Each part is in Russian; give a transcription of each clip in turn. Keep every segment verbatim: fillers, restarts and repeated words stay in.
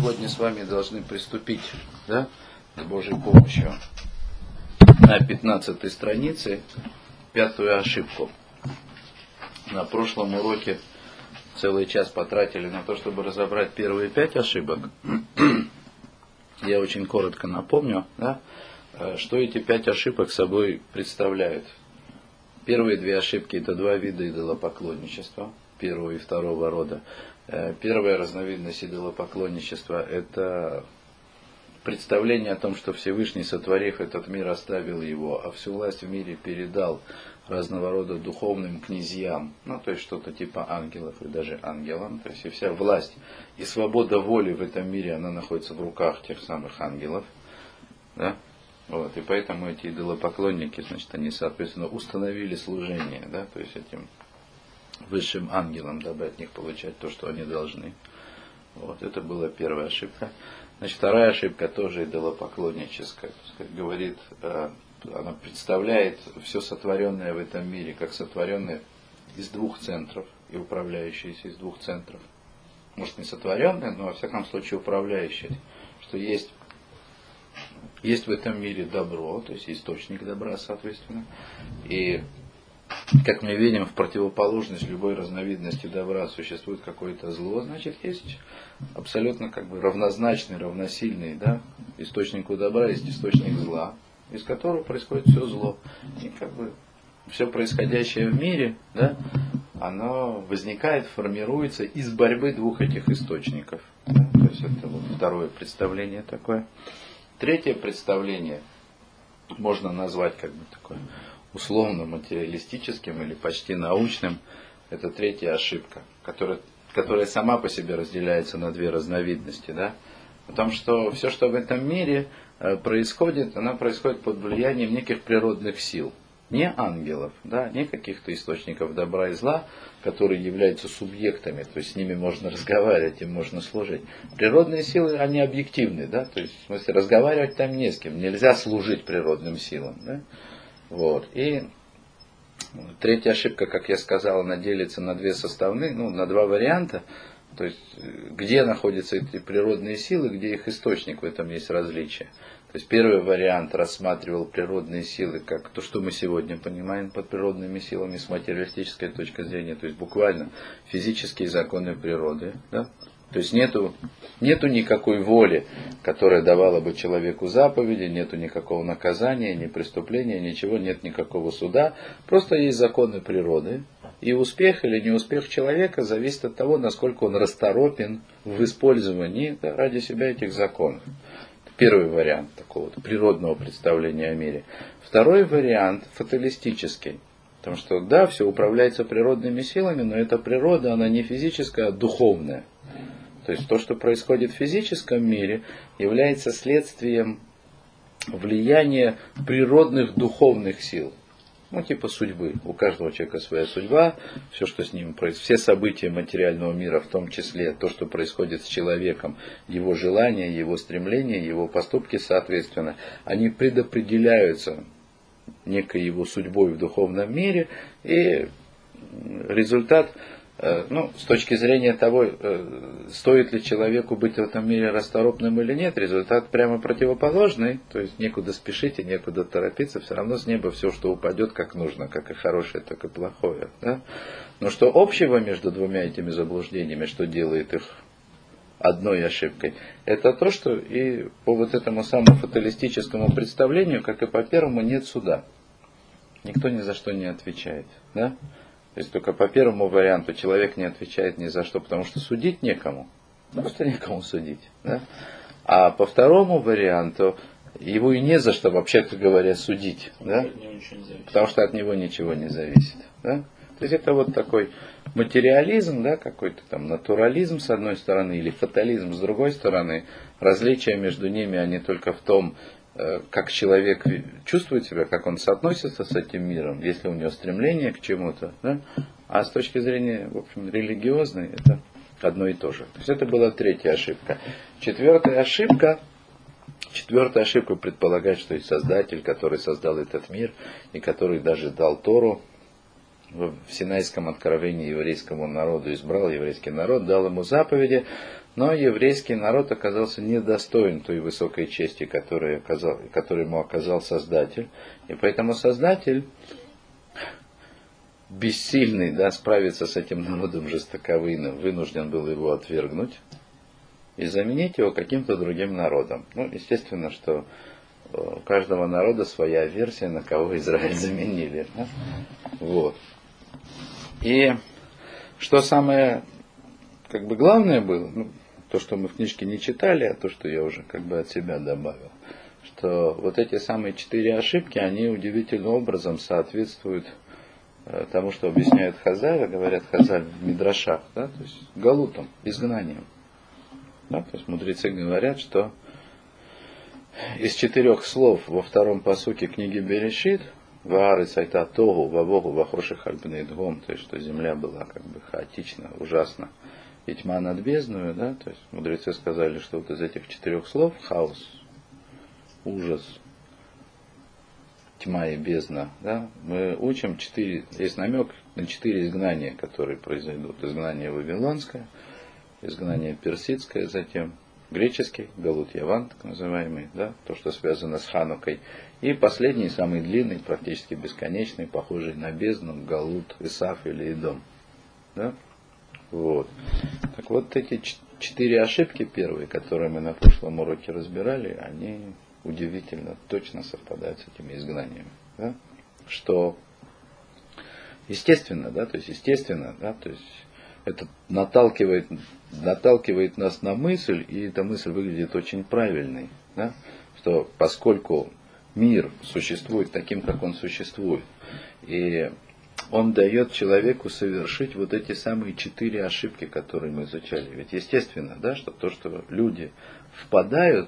сегодня с вами должны приступить, да, с Божьей помощью на пятнадцатой странице пятую ошибку. На прошлом уроке целый час потратили на то, чтобы разобрать первые пять ошибок. Я очень коротко напомню, да, что эти пять ошибок собой представляют. Первые две ошибки — это два вида идолопоклонничества, первого и второго рода. Первая разновидность идолопоклонничества — это представление о том, что Всевышний, сотворив этот мир, оставил его, а всю власть в мире передал разного рода духовным князьям, ну, то есть что-то типа ангелов и даже ангелам, то есть и вся власть и свобода воли в этом мире, она находится в руках тех самых ангелов, да? Вот, и поэтому эти идолопоклонники, значит, они, соответственно, установили служение, да, то есть этим высшим ангелам, дабы от них получать то, что они должны. Вот, это была первая ошибка. Значит, вторая ошибка тоже идолопоклонническая. Сказать, говорит, она представляет все сотворенное в этом мире, как сотворенное из двух центров и управляющееся из двух центров. Может, не сотворенное, но во всяком случае управляющее. Что есть, есть в этом мире добро, то есть источник добра, соответственно. И как мы видим, в противоположность любой разновидности добра существует какое-то зло, значит, есть абсолютно как бы равнозначный, равносильный, да, источнику добра, есть источник зла, из которого происходит все зло. И как бы все происходящее в мире, да, оно возникает, формируется из борьбы двух этих источников. Да? То есть это вот второе представление такое. Третье представление можно назвать как бы такое условно-материалистическим или почти научным. Это третья ошибка, которая, которая сама по себе разделяется на две разновидности. Да? Потому что все, что в этом мире происходит, оно происходит под влиянием неких природных сил. Не ангелов, да, не каких-то источников добра и зла, которые являются субъектами, то есть с ними можно разговаривать, им можно служить. Природные силы, они объективны, да, то есть в смысле разговаривать там не с кем, нельзя служить природным силам. Да? Вот. И третья ошибка, как я сказал, она делится на две составные, ну, на два варианта. То есть, где находятся эти природные силы, где их источник, в этом есть различие. То есть, первый вариант рассматривал природные силы как то, что мы сегодня понимаем под природными силами с материалистической точки зрения. То есть, буквально физические законы природы. Да? То есть, нету, нету никакой воли, которая давала бы человеку заповеди, нету никакого наказания, ни преступления, ничего, нет никакого суда. Просто есть законы природы. И успех или неуспех человека зависит от того, насколько он расторопен в использовании, да, ради себя этих законов. Первый вариант такого природного представления о мире. Второй вариант фаталистический. Потому что, да, все управляется природными силами, но эта природа, она не физическая, а духовная. То есть то, что происходит в физическом мире, является следствием влияния природных духовных сил. Ну, типа судьбы. У каждого человека своя судьба, все, что с ним происходит, все события материального мира, в том числе то, что происходит с человеком, его желания, его стремления, его поступки, соответственно, они предопределяются некой его судьбой в духовном мире, и результат, ну, с точки зрения того, стоит ли человеку быть в этом мире расторопным или нет, результат прямо противоположный, то есть некуда спешить и некуда торопиться, все равно с неба все, что упадет, как нужно, как и хорошее, так и плохое. Да? Но что общего между двумя этими заблуждениями, что делает их одной ошибкой, это то, что и по вот этому самому фаталистическому представлению, как и по первому, нет суда. Никто ни за что не отвечает. Да? То есть только по первому варианту человек не отвечает ни за что, потому что судить некому. Просто некому судить. Да? А по второму варианту его и не за что, вообще-то говоря, судить. Да? Потому что от него ничего не зависит. Да? То есть это вот такой материализм, да, какой-то там натурализм с одной стороны, или фатализм с другой стороны. Различия между ними, они только в том, как человек чувствует себя, как он соотносится с этим миром, если у него стремление к чему-то, да? А с точки зрения, в общем, религиозной, это одно и то же. То есть это была третья ошибка. Четвертая ошибка, четвертая ошибка предполагает, что есть Создатель, который создал этот мир, и который даже дал Тору, в Синайском откровении еврейскому народу избрал еврейский народ, дал ему заповеди, Но еврейский народ оказался недостоин той высокой чести, которую, оказал, которую ему оказал Создатель. И поэтому Создатель, бессильный, да, справиться с этим народом жестоковыйным, вынужден был его отвергнуть и заменить его каким-то другим народом. Ну, естественно, что у каждого народа своя версия, на кого Израиль заменили. Да? Вот. И что самое как бы главное было, ну, то, что мы в книжке не читали, а то, что я уже как бы от себя добавил, что вот эти самые четыре ошибки, они удивительным образом соответствуют э, тому, что объясняют Хазаль, говорят Хазаль в Мидрашах, да, то есть галутом, изгнанием. Да, то есть мудрецы говорят, что из четырех слов во втором пасуке книги Берешит, Ваары сайта тогу, вавогу, вахоших альбнеидгом, то есть что земля была как бы хаотична, ужасна, и тьма над бездною, да, то есть мудрецы сказали, что вот из этих четырех слов хаос, ужас, тьма и бездна, да, мы учим четыре, есть намек на четыре изгнания, которые произойдут. Изгнание вавилонское, изгнание персидское, затем греческий, Галут Яван, так называемый, да, то, что связано с Ханукой. И последний, самый длинный, практически бесконечный, похожий на бездну, Галут Исав или Идом. Да? Вот. Так вот, эти четыре ошибки первые, которые мы на прошлом уроке разбирали, они удивительно точно совпадают с этими изгнаниями. Да? Что естественно, да, то есть естественно, да, то есть это наталкивает, наталкивает нас на мысль, и эта мысль выглядит очень правильной, да, что поскольку мир существует таким, как он существует, и он дает человеку совершить вот эти самые четыре ошибки, которые мы изучали. Ведь естественно, да, что то, что люди впадают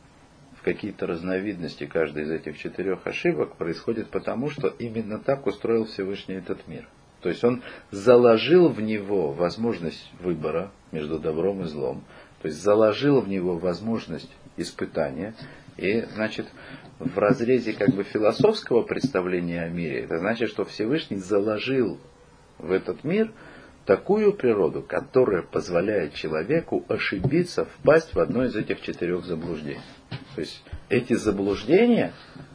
в какие-то разновидности каждой из этих четырех ошибок, происходит потому, что именно так устроил Всевышний этот мир. То есть он заложил в него возможность выбора между добром и злом, то есть заложил в него возможность испытания. И, значит, в разрезе как бы философского представления о мире, это значит, что Всевышний заложил в этот мир такую природу, которая позволяет человеку ошибиться, впасть в одно из этих четырех заблуждений. То есть эти заблуждения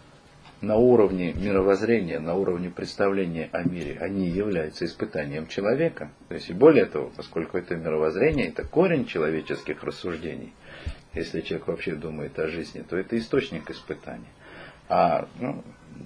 на уровне мировоззрения, на уровне представления о мире, они являются испытанием человека. То есть и более того, поскольку это мировоззрение, это корень человеческих рассуждений, если человек вообще думает о жизни, то это источник испытаний. А ну,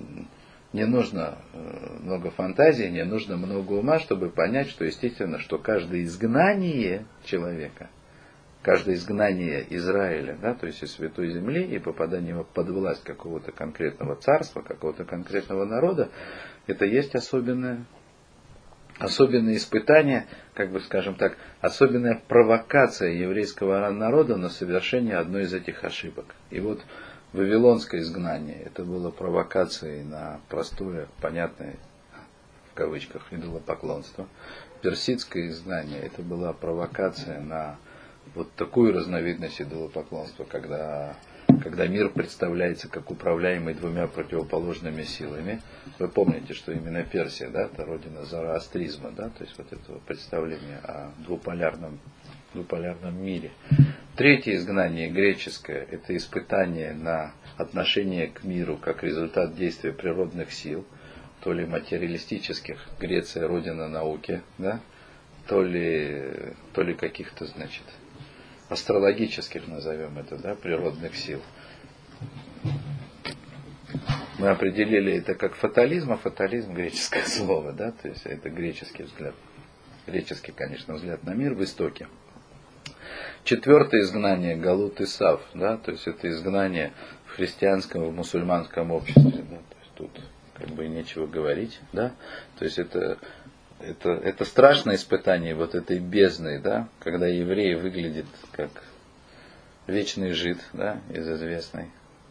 не нужно много фантазии, не нужно много ума, чтобы понять, что естественно, что каждое изгнание человека, каждое изгнание Израиля, да, то есть из Святой Земли и попадание под власть какого-то конкретного царства, какого-то конкретного народа, это есть особенное, особенное испытание, как бы скажем так, особенная провокация еврейского народа на совершение одной из этих ошибок. И вот вавилонское изгнание, это было провокацией на простое, понятное, в кавычках, идолопоклонство. Персидское изгнание, это была провокация на вот такую разновидность идолопоклонства, когда, когда мир представляется как управляемый двумя противоположными силами. Вы помните, что именно Персия, да, это родина зороастризма, да, то есть вот этого представления о двуполярном, двуполярном мире. Третье изгнание, греческое, это испытание на отношение к миру как результат действия природных сил, то ли материалистических, Греция родина науки, да, то ли, то ли каких-то, значит, астрологических, назовем это, да, природных сил. Мы определили это как фатализм, а фатализм греческое слово, да, то есть это греческий взгляд, греческий, конечно, взгляд на мир в истоке. Четвертое изгнание, Галут Исав, да, то есть это изгнание в христианском, в мусульманском обществе, да, то есть тут как бы нечего говорить, да, то есть это Это, это страшное испытание вот этой бездны, да, когда еврей выглядит как вечный жид, да, из известной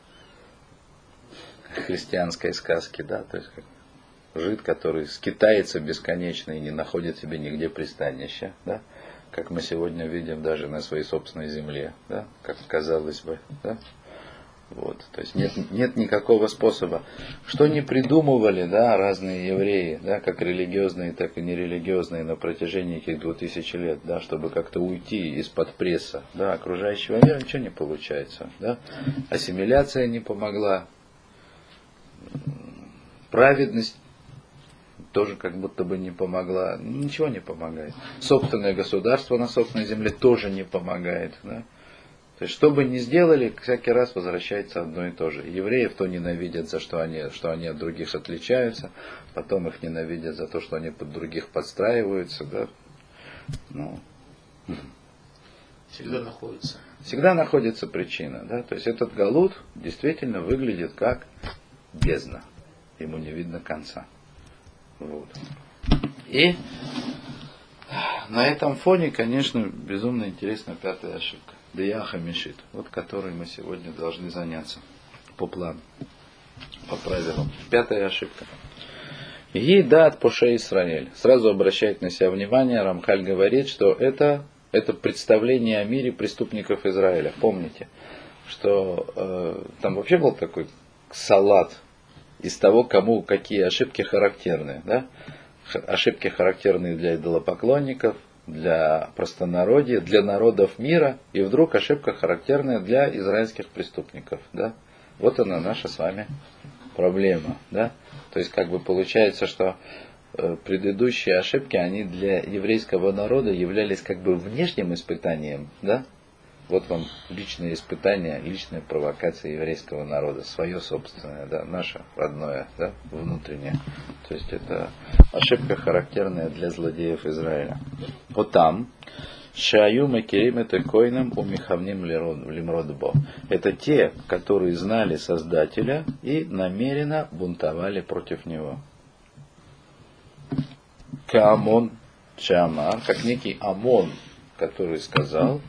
христианской сказки, да, то есть как жид, который скитается бесконечно и не находит себе нигде пристанища, да, как мы сегодня видим даже на своей собственной земле, да, как казалось бы, да. Вот, то есть нет, нет никакого способа. Что не придумывали, да, разные евреи, да, как религиозные, так и нерелигиозные на протяжении этих двух тысяч лет, да, чтобы как-то уйти из-под пресса, да, окружающего мира, ничего не получается, да. Ассимиляция не помогла, праведность тоже как будто бы не помогла, ничего не помогает. Собственное государство на собственной земле тоже не помогает, да. То есть, что бы ни сделали, всякий раз возвращается одно и то же. Евреев то ненавидят за что они, что они от других отличаются, потом их ненавидят за то, что они под других подстраиваются. Да? Ну, всегда находится. Всегда находится причина. Да? То есть, этот галут действительно выглядит как бездна. Ему не видно конца. Вот. И на этом фоне, конечно, безумно интересна пятая ошибка. Деяха Мишит, вот которой мы сегодня должны заняться по плану, по правилам. Пятая ошибка. Гидат Поше Исраэль. Сразу обращает на себя внимание, Рамхаль говорит, что это, это представление о мире преступников Израиля. Помните, что э, там вообще был такой салат из того, кому какие ошибки характерны. Да? Ошибки характерные для идолопоклонников, для простонародья, для народов мира, и вдруг ошибка характерная для израильских преступников. Да? Вот она наша с вами проблема. Да? То есть как бы получается, что э, предыдущие ошибки, они для еврейского народа являлись как бы внешним испытанием. Да? Вот вам личное испытание, личная провокация еврейского народа, свое собственное, да, наше родное, да, внутреннее. То есть это ошибка, характерная для злодеев Израиля. Вот там Шаю Макирим это койнам у Михавним Лимродбо. Это те, которые знали Создателя и намеренно бунтовали против него. Каамон Чамар, как некий Амон, который сказал,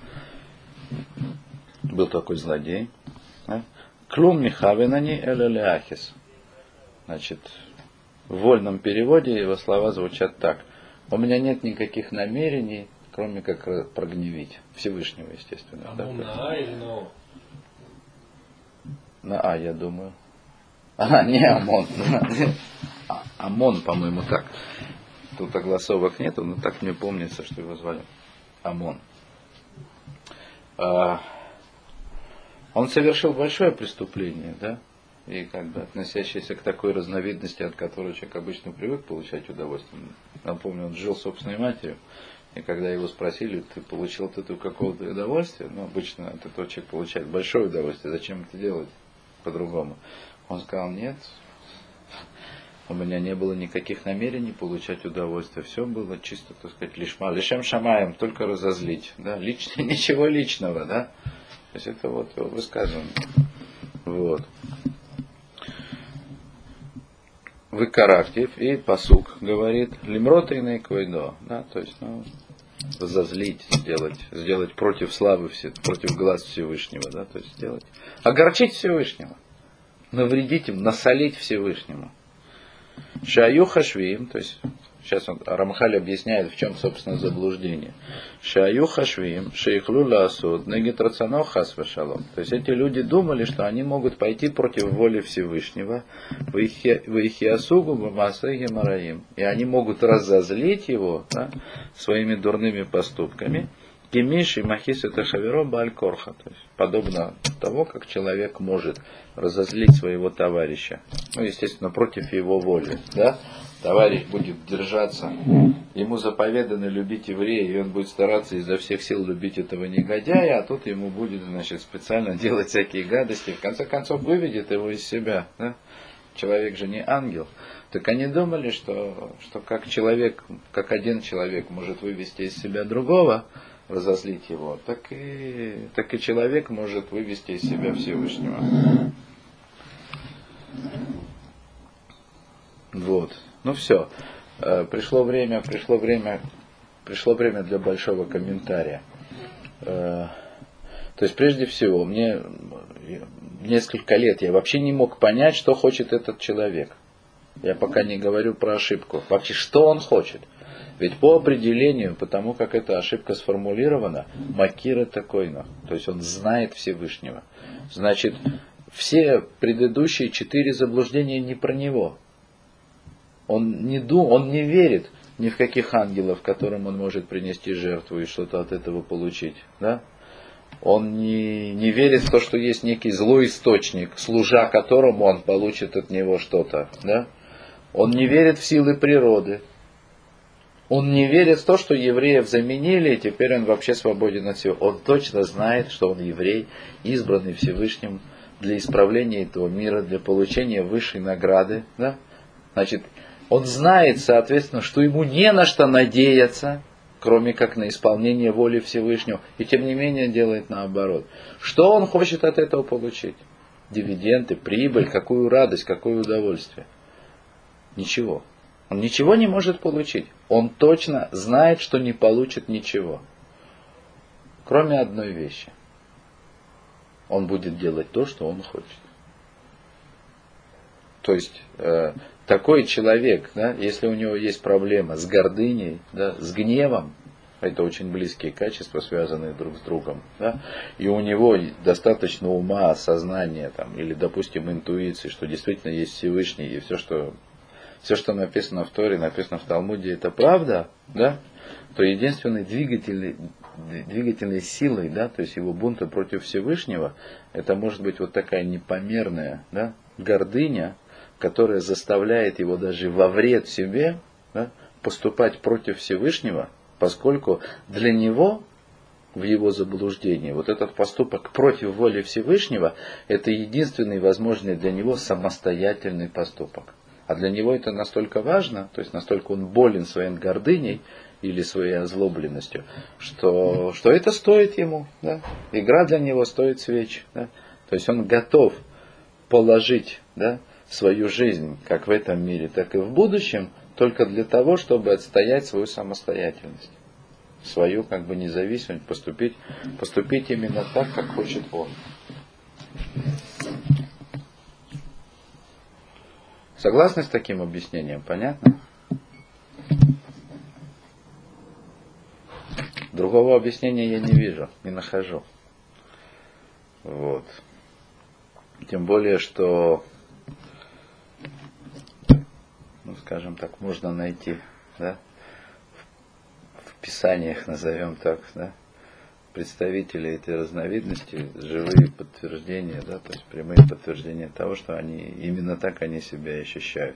был такой злодей. Клум михавенани элелеахис. Значит, в вольном переводе его слова звучат так. У меня нет никаких намерений, кроме как прогневить Всевышнего, естественно. А да, на А или на О? На А, я думаю. А, не Амон. Амон, по-моему, так. Тут огласовок нету, но так мне помнится, что его звали Амон. Он совершил большое преступление, да, и как бы относящееся к такой разновидности, от которой человек обычно привык получать удовольствие. Я помню, он жил с собственной матерью, и когда его спросили, ты получил от этого какого-то удовольствия, ну, обычно от этого человек получает большое удовольствие, зачем это делать по-другому? Он сказал, нет, у меня не было никаких намерений получать удовольствие, все было чисто, так сказать, лишма, лишем шамаем, только разозлить, да, лично, ничего личного, да. То есть это вот его высказывание. Вот. Выкарактив и пасук говорит лимрота и наиквойдо. Да, то есть, ну, разозлить, сделать, сделать против славы, против глаз Всевышнего, да, то есть сделать. Огорчить Всевышнего. Навредить им, насолить Всевышнему. Шаю хашвим, то есть сейчас он, Рамхаль объясняет, в чем, собственно, заблуждение. Шаю хашвим, шейхлу ласуд, негит рацано хас вешалом. То есть эти люди думали, что они могут пойти против воли Всевышнего, вейхиасугу бамасайги мараим. И они могут разозлить его, да, своими дурными поступками. Кимиш и махис это шаверо баль корха. То есть подобно того, как человек может разозлить своего товарища. Ну, естественно, против его воли. Да? Товарищ будет держаться, ему заповедано любить еврея, и он будет стараться изо всех сил любить этого негодяя, а тут ему будет, значит, специально делать всякие гадости, в конце концов выведет его из себя. Да? Человек же не ангел. Так они думали, что, что как человек, как один человек может вывести из себя другого, разозлить его, так и, так и человек может вывести из себя Всевышнего. Вот. Ну все. Пришло время, пришло время, пришло время для большого комментария. То есть, прежде всего, мне несколько лет я вообще не мог понять, что хочет этот человек. Я пока не говорю про ошибку. Вообще, что он хочет? Ведь по определению, потому как эта ошибка сформулирована, Макир это койно. То есть он знает Всевышнего. Значит, все предыдущие четыре заблуждения не про него. Он не, дум, он не верит ни в каких ангелов, которым он может принести жертву и что-то от этого получить. Да? Он не, не верит в то, что есть некий злой источник, служа которому он получит от него что-то. Да? Он не верит в силы природы. Он не верит в то, что евреев заменили, и теперь он вообще свободен от всего. Он точно знает, что он еврей, избранный Всевышним для исправления этого мира, для получения высшей награды. Да? Значит, он знает, соответственно, что ему не на что надеяться, кроме как на исполнение воли Всевышнего, и тем не менее делает наоборот. Что он хочет от этого получить? Дивиденды, прибыль, какую радость, какое удовольствие? Ничего. Он ничего не может получить. Он точно знает, что не получит ничего. Кроме одной вещи. Он будет делать то, что он хочет. То есть, э, такой человек, да, если у него есть проблема с гордыней, да, с гневом, это очень близкие качества, связанные друг с другом, да, и у него достаточно ума, сознания, там, или, допустим, интуиции, что действительно есть Всевышний, и все, что, все, что написано в Торе, написано в Талмуде, это правда, да, то единственной двигательной, двигательной силой, да, то есть его бунта против Всевышнего, это может быть вот такая непомерная, да, гордыня, которая заставляет его даже во вред себе, да, поступать против Всевышнего, поскольку для него, в его заблуждении, вот этот поступок против воли Всевышнего, это единственный возможный для него самостоятельный поступок. А для него это настолько важно, то есть настолько он болен своей гордыней или своей озлобленностью, что, что это стоит ему. Да? Игра для него стоит свеч. Да? То есть он готов положить, да, свою жизнь, как в этом мире, так и в будущем, только для того, чтобы отстоять свою самостоятельность, свою как бы независимость, поступить, поступить именно так, как хочет он. Согласны с таким объяснением? Понятно? Другого объяснения я не вижу, не нахожу. Вот. Тем более, что, ну, скажем так, можно найти, да, в писаниях, назовем так, да, представителей этой разновидности, живые подтверждения, да, то есть прямые подтверждения того, что они именно так они себя ощущают.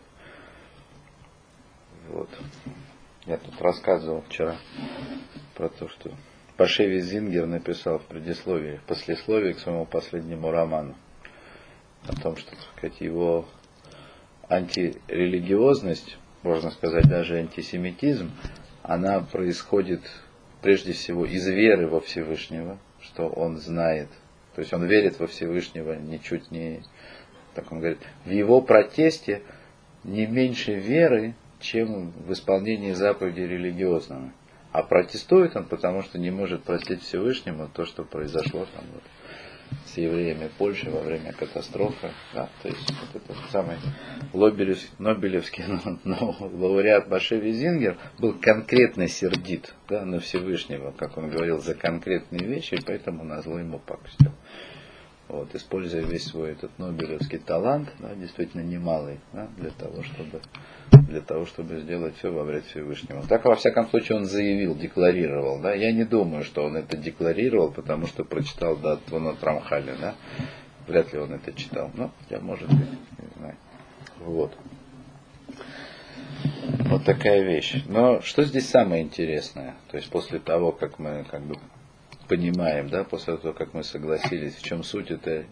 Вот. Я тут рассказывал вчера про то, что Пашеви Зингер написал в предисловии, в послесловии к своему последнему роману о том, что, так сказать, его антирелигиозность, можно сказать, даже антисемитизм, она происходит прежде всего из веры во Всевышнего, что он знает, то есть он верит во Всевышнего ничуть не, так он говорит, в его протесте не меньше веры, чем в исполнении заповедей религиозного. А протестует он, потому что не может простить Всевышнему то, что произошло там вот с евреями Польши во время катастрофы. Да, то есть вот этот самый Лобелевский, Нобелевский но, лауреат Пашеви Зингер был конкретно сердит, да, на Всевышнего, как он говорил, за конкретные вещи, и поэтому назло ему пакостил. Вот, используя весь свой этот нобелевский талант, да, действительно немалый, да, для того, чтобы для того, чтобы сделать все во вред Всевышнего. Так, во всяком случае, он заявил, декларировал. Да? Я не думаю, что он это декларировал, потому что прочитал Датвана Трамхаля. Да? Вряд ли он это читал. Но я, может быть, не знаю. Вот. Вот такая вещь. Но что здесь самое интересное? То есть после того, как мы как бы понимаем, да, после того, как мы согласились, в чем суть это,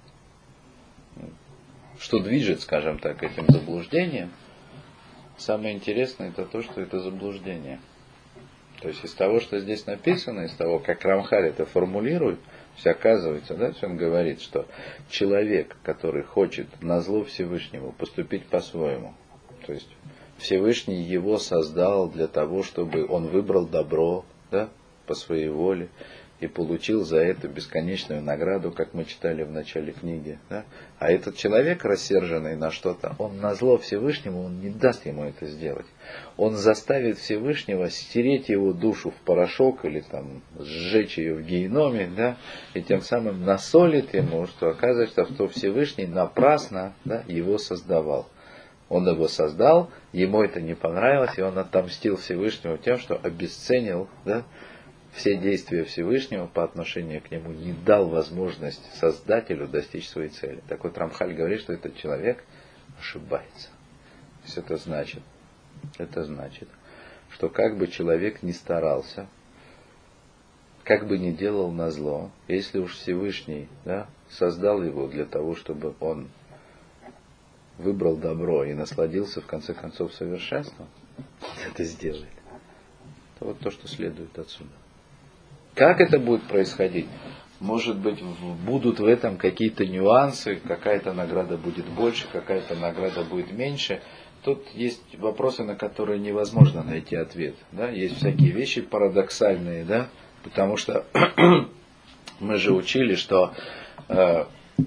что движет, скажем так, этим заблуждением, самое интересное это то, что это заблуждение. То есть из того, что здесь написано, из того, как Рамхаль это формулирует, все оказывается, да, он говорит, что человек, который хочет назло Всевышнему поступить по-своему, то есть Всевышний его создал для того, чтобы он выбрал добро, да, по своей воле, и получил за это бесконечную награду, как мы читали в начале книги. Да? А этот человек, рассерженный на что-то, он назло Всевышнему, он не даст ему это сделать. Он заставит Всевышнего стереть его душу в порошок или там сжечь ее в геноме, да? И тем самым насолит ему, что оказывается, что Всевышний напрасно, да, его создавал. Он его создал, ему это не понравилось, и он отомстил Всевышнему тем, что обесценил, да, все действия Всевышнего по отношению к нему, не дал возможность Создателю достичь своей цели. Так вот Рамхаль говорит, что этот человек ошибается. То есть это значит, это значит, что как бы человек ни старался, как бы ни делал назло, если уж Всевышний, да, создал его для того, чтобы он выбрал добро и насладился в конце концов совершенством, это сделает. Это вот то, что следует отсюда. Как это будет происходить? Может быть, будут в этом какие-то нюансы, какая-то награда будет больше, какая-то награда будет меньше. Тут есть вопросы, на которые невозможно найти ответ. Да? Есть всякие вещи парадоксальные, да? Потому что мы же учили, что э,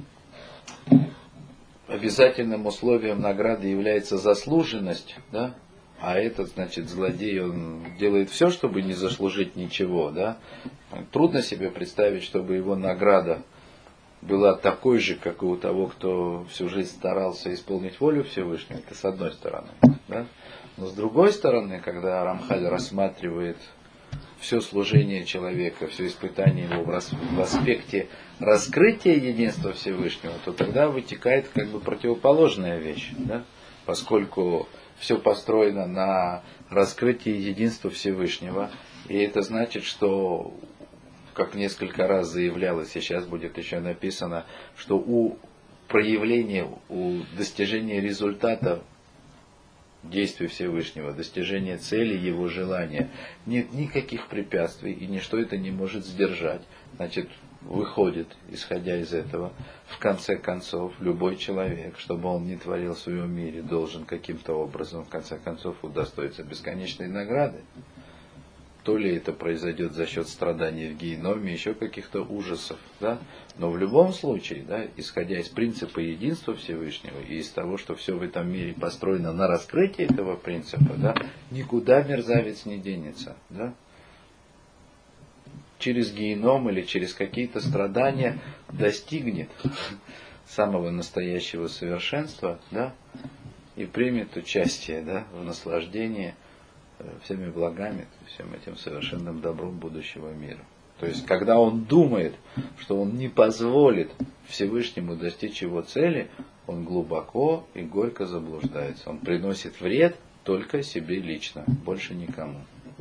обязательным условием награды является заслуженность, да? А этот, значит, злодей, он делает все, чтобы не заслужить ничего, да? Трудно себе представить, чтобы его награда была такой же, как и у того, кто всю жизнь старался исполнить волю Всевышнего. Это с одной стороны, да? Но с другой стороны, когда Рамхаль рассматривает все служение человека, все испытание его в аспекте раскрытия единства Всевышнего, то тогда вытекает как бы противоположная вещь, да? Поскольку все построено на раскрытии единства Всевышнего. И это значит, что, как несколько раз заявлялось, и сейчас будет еще написано, что у проявления, у достижения результата действий Всевышнего, достижения цели его желания, нет никаких препятствий, и ничто это не может сдержать. Значит, выходит, исходя из этого, в конце концов, любой человек, чтобы он не творил в своем мире, должен каким-то образом, в конце концов, удостоиться бесконечной награды. То ли это произойдет за счет страданий в геноме, еще каких-то ужасов. Да? Но в любом случае, да, исходя из принципа единства Всевышнего и из того, что все в этом мире построено на раскрытии этого принципа, да, никуда мерзавец не денется. Да? Через геном или через какие-то страдания достигнет самого настоящего совершенства, да, и примет участие, да, в наслаждении всеми благами, всем этим совершенным добром будущего мира. То есть, когда он думает, что он не позволит Всевышнему достичь его цели, он глубоко и горько заблуждается. Он приносит вред только себе лично, больше никому.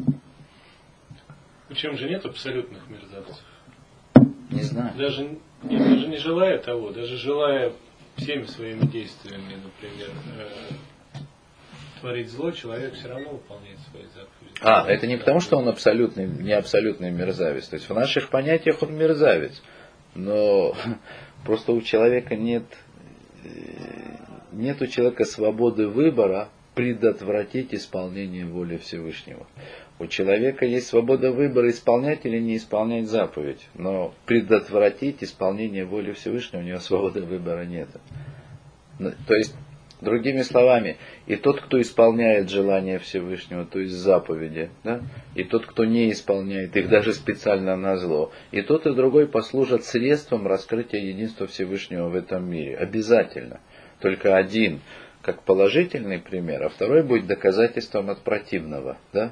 Причем же нет абсолютных мерзавцев. Не знаю. Даже, не, даже не желая того, даже желая всеми своими действиями, например, э, творить зло, человек все равно выполняет свои заповеди. А, это не потому, что он абсолютный, не абсолютный мерзавец. То есть в наших понятиях он мерзавец. Но просто у человека нет, нет у человека свободы выбора предотвратить исполнение воли Всевышнего. У человека есть свобода выбора, исполнять или не исполнять заповедь. Но предотвратить исполнение воли Всевышнего у него свободы выбора нет. То есть, другими словами, и тот, кто исполняет желание Всевышнего, то есть заповеди, да, и тот, кто не исполняет их даже специально назло, и тот, и другой послужат средством раскрытия единства Всевышнего в этом мире. Обязательно. Только один как положительный пример, а второй будет доказательством от противного. Да?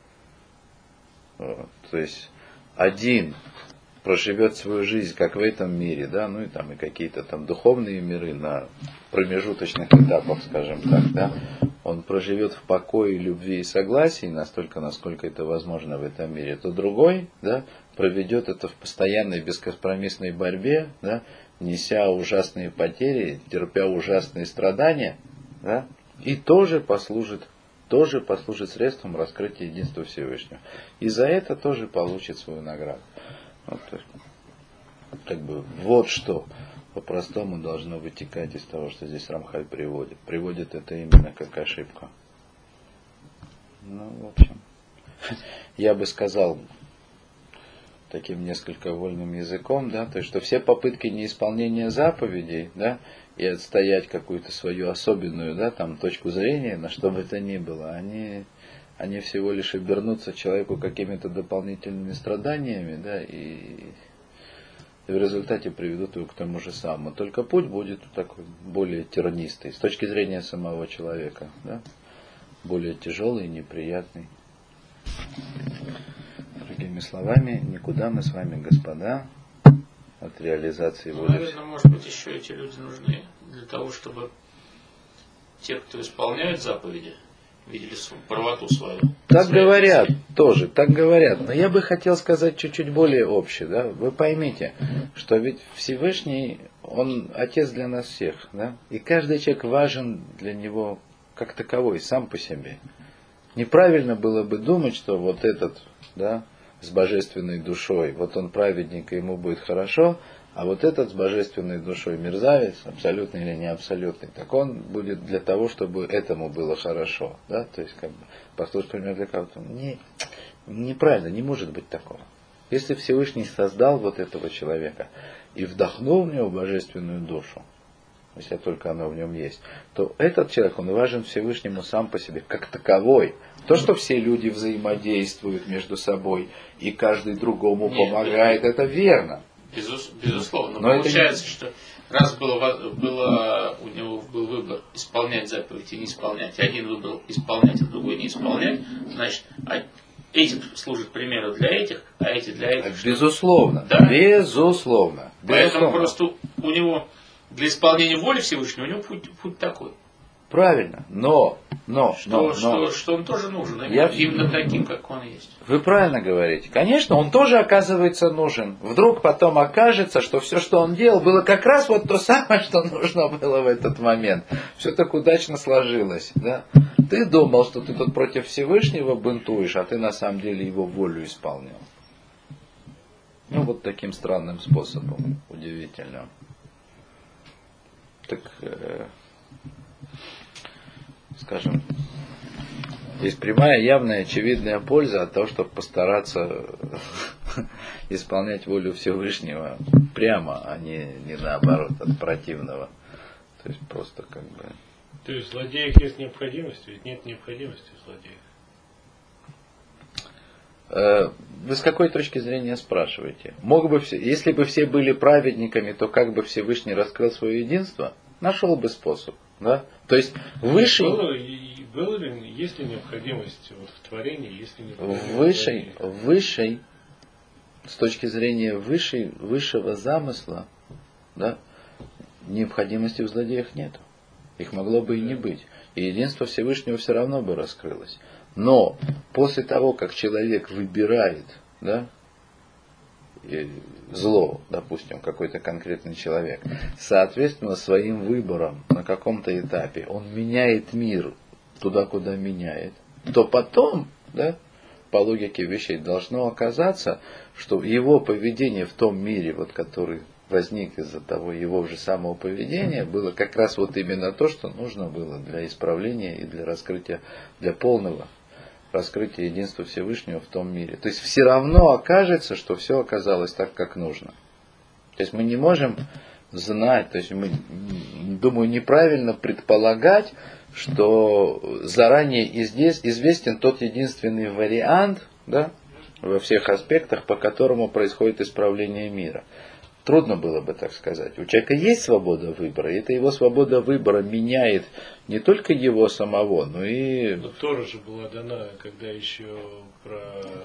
Вот. То есть один проживет свою жизнь как в этом мире, да, ну и там и какие-то там духовные миры на промежуточных этапах, скажем так, да, он проживет в покое, любви и согласии настолько, насколько это возможно в этом мире, то другой, да, проведет это в постоянной бескомпромиссной борьбе, да, неся ужасные потери, терпя ужасные страдания, да, и тоже послужит тоже послужит средством раскрытия единства Всевышнего. И за это тоже получит свою награду. Вот, как бы, вот что по-простому должно вытекать из того, что здесь Рамхаль приводит. Приводит это именно как ошибку. Ну, в общем, я бы сказал, таким несколько вольным языком, да, то есть, что все попытки неисполнения заповедей, да, и отстоять какую-то свою особенную, да, там, точку зрения, на что бы это ни было, они, они всего лишь обернутся человеку какими-то дополнительными страданиями, да, и, и в результате приведут его к тому же самому. Только путь будет такой более тернистый, с точки зрения самого человека, да, более тяжелый и неприятный. Другими словами, никуда мы с вами, господа, от реализации ну, воли. Наверное, может быть, еще эти люди нужны для того, чтобы те, кто исполняет заповеди, видели правоту свою. Так говорят тоже, так говорят. Но я бы хотел сказать чуть-чуть более общее. Да? Вы поймите, что ведь Всевышний, Он Отец для нас всех. Да? И каждый человек важен для Него как таковой, сам по себе. Неправильно было бы думать, что вот этот, да, с божественной душой, вот он праведник, и ему будет хорошо, а вот этот с божественной душой мерзавец, абсолютный или не абсолютный, так он будет для того, чтобы этому было хорошо. Да? То есть, как бы, послушать пример для кого-то. Не, неправильно, не может быть такого. Если Всевышний создал вот этого человека и вдохнул в него божественную душу, если только оно в нем есть, то этот человек, он важен Всевышнему сам по себе, как таковой. То, что все люди взаимодействуют между собой и каждый другому Нет, помогает, это, это верно. Безус, безусловно. Но получается, не... что раз было, было, у него был выбор исполнять заповедь и не исполнять, один выбрал исполнять, а другой не исполнять, значит, эти служат примером для этих, а эти для этих. Безусловно. Да? Безусловно. Поэтому Безусловно. Просто у него для исполнения воли Всевышнего у него путь, путь такой. Правильно, но, но, что, но, что, но. что он тоже нужен, именно, Я... именно таким, как он есть. Вы правильно говорите. Конечно, он тоже оказывается нужен. Вдруг потом окажется, что все, что он делал, было как раз вот то самое, что нужно было в этот момент. Все так удачно сложилось. Да? Ты думал, что ты тут против Всевышнего бунтуешь, а ты на самом деле его волю исполнял. Ну, вот таким странным способом. Удивительно. Так, э, скажем, есть прямая, явная, очевидная польза от того, чтобы постараться исполнять волю Всевышнего прямо, а не, не наоборот, от противного. То есть просто как бы... То есть в злодеях есть необходимость, ведь нет необходимости в злодеях. Вы с какой точки зрения спрашиваете? Мог бы все, если бы все были праведниками, то как бы Всевышний раскрыл свое единство? Нашел бы способ. Да? То есть высший... Было, было ли, есть ли необходимость вот, в творении, есть ли необходимость высший, в творении? Высший, с точки зрения высшей, высшего замысла, да, необходимости в злодеях нет. Их могло бы и не быть. И единство Всевышнего все равно бы раскрылось. Но после того, как человек выбирает, да, зло, допустим, какой-то конкретный человек, соответственно, своим выбором на каком-то этапе он меняет мир туда, куда меняет, то потом, да, по логике вещей должно оказаться, что его поведение в том мире, вот, который возник из-за того его же самого поведения, было как раз вот именно то, что нужно было для исправления и для раскрытия, для полного раскрытия единства Всевышнего в том мире. То есть все равно окажется, что все оказалось так, как нужно. То есть мы не можем знать, то есть мы, думаю, неправильно предполагать, что заранее известен тот единственный вариант, да, во всех аспектах, по которому происходит исправление мира. Трудно было бы так сказать. У человека есть свобода выбора, и эта его свобода выбора меняет не только его самого, но и... Но Тора же была дана, когда еще про,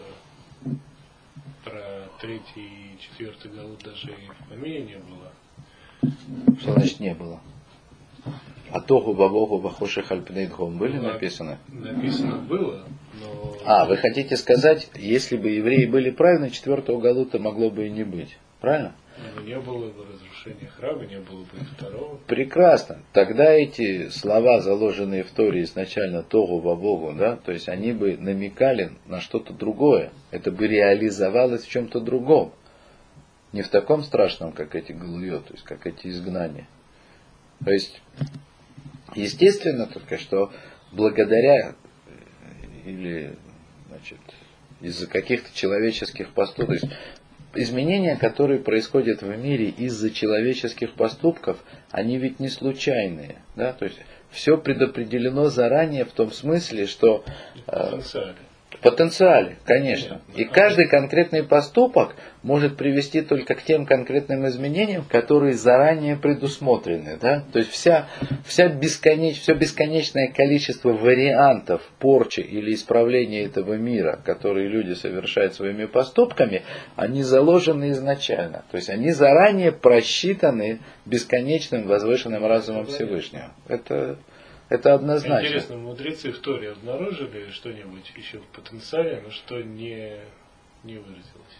про третий и четвертый галут даже и в помине не было. Что значит не было? А тогу бабогу бахоши хальпнейдгом были ну, написаны? Написано было, но... А, вы хотите сказать, если бы евреи были правильны, четвертого галута могло бы и не быть. Правильно? Но не было бы разрушения храма, не было бы и второго. Прекрасно. Тогда эти слова, заложенные в Торе изначально тогу бабогу, да, то есть они бы намекали на что-то другое. Это бы реализовалось в чем-то другом. Не в таком страшном, как эти галуйот, то есть как эти изгнания. То есть, естественно только, что благодаря или, значит, из-за каких-то человеческих поступков, то есть изменения, которые происходят в мире из-за человеческих поступков, они ведь не случайные. Да? То есть все предопределено заранее в том смысле, что... Э, В потенциале, конечно. И каждый конкретный поступок может привести только к тем конкретным изменениям, которые заранее предусмотрены. Да? То есть вся, вся бесконеч, все бесконечное количество вариантов порчи или исправления этого мира, которые люди совершают своими поступками, они заложены изначально. То есть они заранее просчитаны бесконечным возвышенным разумом Всевышнего. Это... Это однозначно. Интересно, мудрецы в Торе обнаружили что-нибудь еще в потенциале, но что не, не выразилось?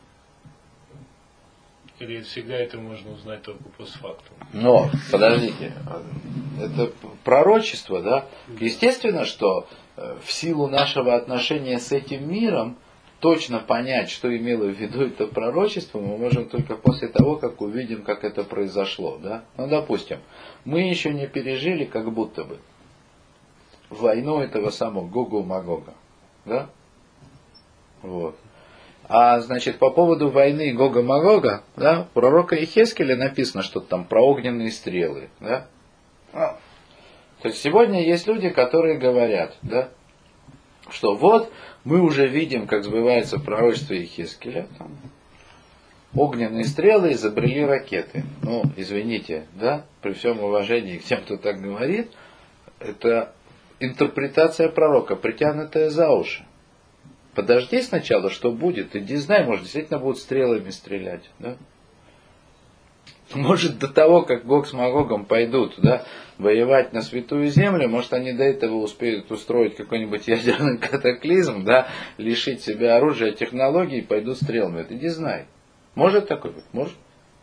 Или всегда это можно узнать только постфактум? Но, подождите, это пророчество, да? Естественно, что в силу нашего отношения с этим миром, точно понять, что имело в виду это пророчество, мы можем только после того, как увидим, как это произошло. Да? Ну, допустим, мы еще не пережили, как будто бы, войну этого самого Гога-Магога. Да? Вот. А, значит, по поводу войны Гога-Магога, да, у пророка Иехескеля написано что-то там про огненные стрелы. Да? А. То есть сегодня есть люди, которые говорят, да, что вот мы уже видим, как сбывается пророчество Иехескеля. Там, огненные стрелы изобрели ракеты. Ну, извините, да, при всем уважении к тем, кто так говорит, это интерпретация пророка, притянутая за уши. Подожди сначала, что будет, иди знай, может, действительно будут стрелами стрелять. Да? Может, до того, как Гог с Магогом пойдут, да, воевать на святую землю, может, они до этого успеют устроить какой-нибудь ядерный катаклизм, да, лишить себя оружия, технологий, и пойдут стрелами. Это иди знай. Может такое быть? Может.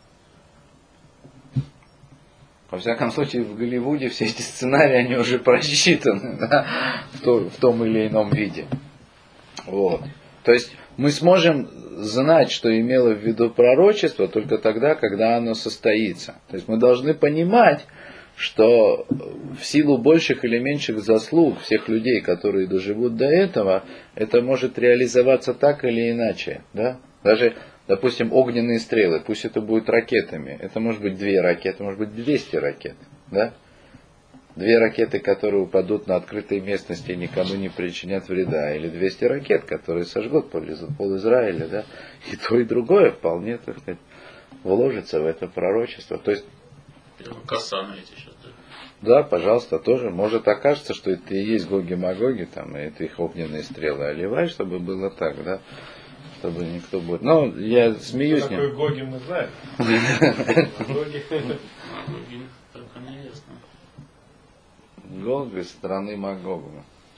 Во всяком случае, в Голливуде все эти сценарии, они уже просчитаны, да, в, то, в том или ином виде. Вот. То есть мы сможем знать, что имело в виду пророчество, только тогда, когда оно состоится. То есть мы должны понимать, что в силу больших или меньших заслуг всех людей, которые доживут до этого, это может реализоваться так или иначе. Да? Даже, допустим, огненные стрелы, пусть это будет ракетами, это может быть две ракеты, может быть двести ракет. Да? Две ракеты, которые упадут на открытой местности и никому не причинят вреда. Или двести ракет, которые сожгут пол Израиля. Да? И то, и другое вполне, так сказать, вложится в это пророчество. То есть, Кассаны эти сейчас, да? Да, пожалуйста, тоже. Может окажется, что это и есть Гоги-Магоги, там, и это их огненные стрелы. Оливай, чтобы было так, да? Чтобы никто будет. Ну, я смеюсь. Что такое Гоги, мы знаем. Гоги. Только неясно. Гог из страны Магога.